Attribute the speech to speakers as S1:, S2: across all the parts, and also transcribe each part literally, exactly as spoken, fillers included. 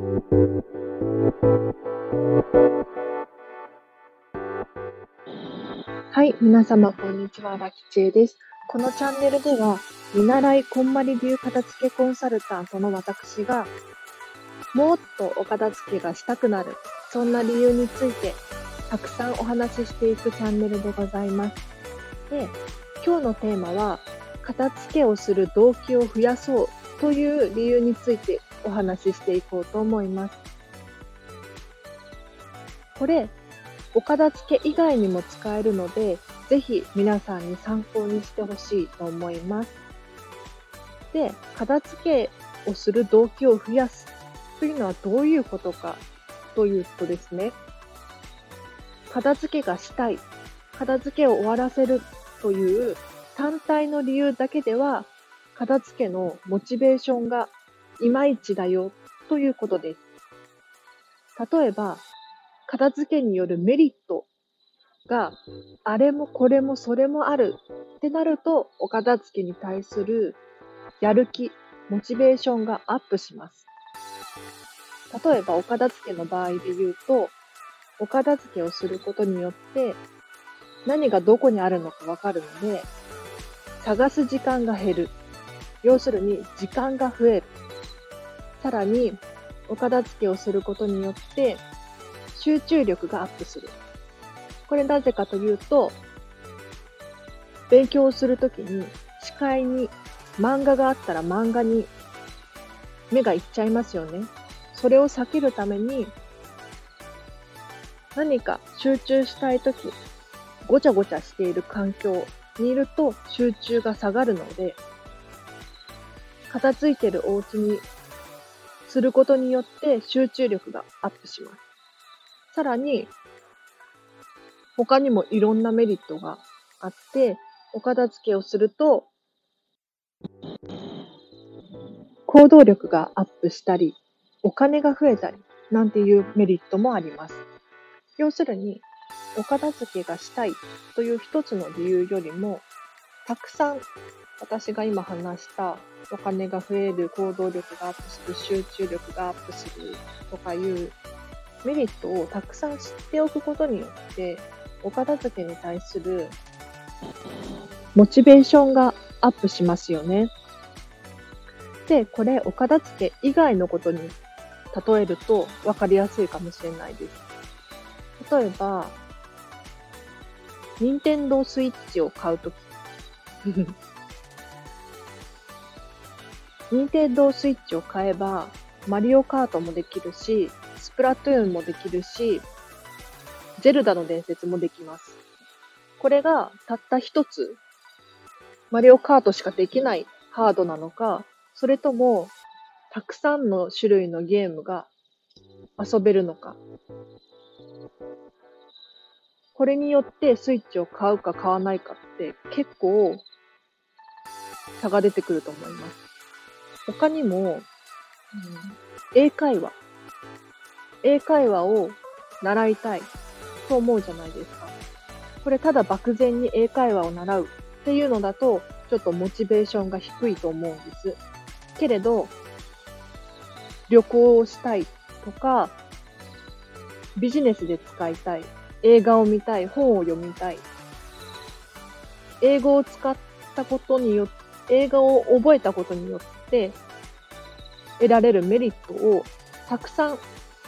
S1: はい、皆様こんにちは、ラキチエです。このチャンネルでは、見習いこんまり流片付けコンサルタントの私が、もっとお片付けがしたくなる、そんな理由について、たくさんお話ししていくチャンネルでございます。で、今日のテーマは、片付けをする動機を増やそうという理由についてお話ししていこうと思います。これ、お片付け以外にも使えるので、ぜひ皆さんに参考にしてほしいと思います。で、片付けをする動機を増やすというのはどういうことかというとですね、片付けがしたい、片付けを終わらせるという単体の理由だけでは、片付けのモチベーションがいまいちだよということです。例えば、片付けによるメリットがあれもこれもそれもあるってなると、お片付けに対するやる気、モチベーションがアップします。例えばお片付けの場合で言うと、お片付けをすることによって何がどこにあるのかわかるので、探す時間が減る。要するに時間が増える。さらにお片付けをすることによって集中力がアップする。これなぜかというと、勉強をするときに視界に漫画があったら漫画に目がいっちゃいますよね。それを避けるために、何か集中したいとき、ごちゃごちゃしている環境にいると集中が下がるので、片付いているお家にすることによって集中力がアップします。さらに、他にもいろんなメリットがあって、お片付けをすると行動力がアップしたり、お金が増えたり、なんていうメリットもあります。要するに、お片付けがしたいという一つの理由よりも、たくさん私が今話したお金が増える、行動力がアップする、集中力がアップするとかいうメリットをたくさん知っておくことによって、お片付けに対するモチベーションがアップしますよね。で、これ、お片付け以外のことに例えると分かりやすいかもしれないです。例えば、任天堂スイッチを買うとき。任天堂スイッチを買えば、マリオカートもできるし、スプラトゥーンもできるし、ゼルダの伝説もできます。これがたった一つ、マリオカートしかできないハードなのか、それとも、たくさんの種類のゲームが遊べるのか。これによってスイッチを買うか買わないかって結構差が出てくると思います。他にも、うん、英会話。英会話を習いたいと思うじゃないですか。これただ漠然に英会話を習うっていうのだと、ちょっとモチベーションが低いと思うんです。けれど、旅行をしたいとか、ビジネスで使いたい、映画を見たい、本を読みたい、英語を使ったことによって、映画を覚えたことによって得られるメリットをたくさん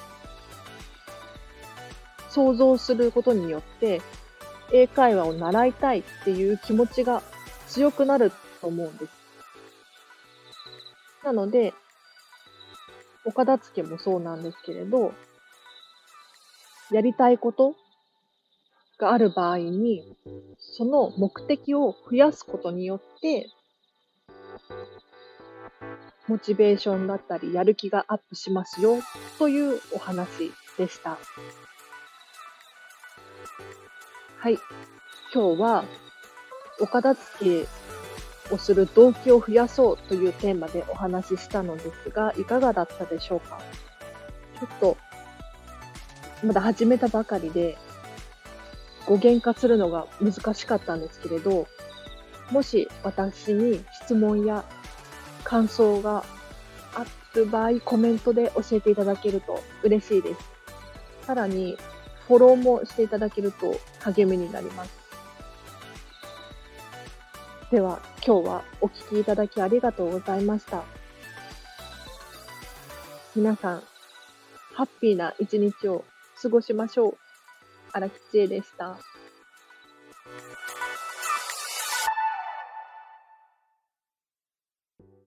S1: 想像することによって、英会話を習いたいっていう気持ちが強くなると思うんです。なので、お片付けもそうなんですけれど、やりたいことがある場合に、その目的を増やすことによって、モチベーションだったり、やる気がアップしますよ、というお話でした。はい。今日は、お片付けをする動機を増やそうというテーマでお話ししたのですが、いかがだったでしょうか？ちょっと、まだ始めたばかりで、語源化するのが難しかったんですけれど、もし私に質問や感想があっる場合、コメントで教えていただけると嬉しいです。さらに、フォローもしていただけると励みになります。では、今日はお聞きいただきありがとうございました。皆さん、ハッピーな一日を過ごしましょう。荒木千恵でした。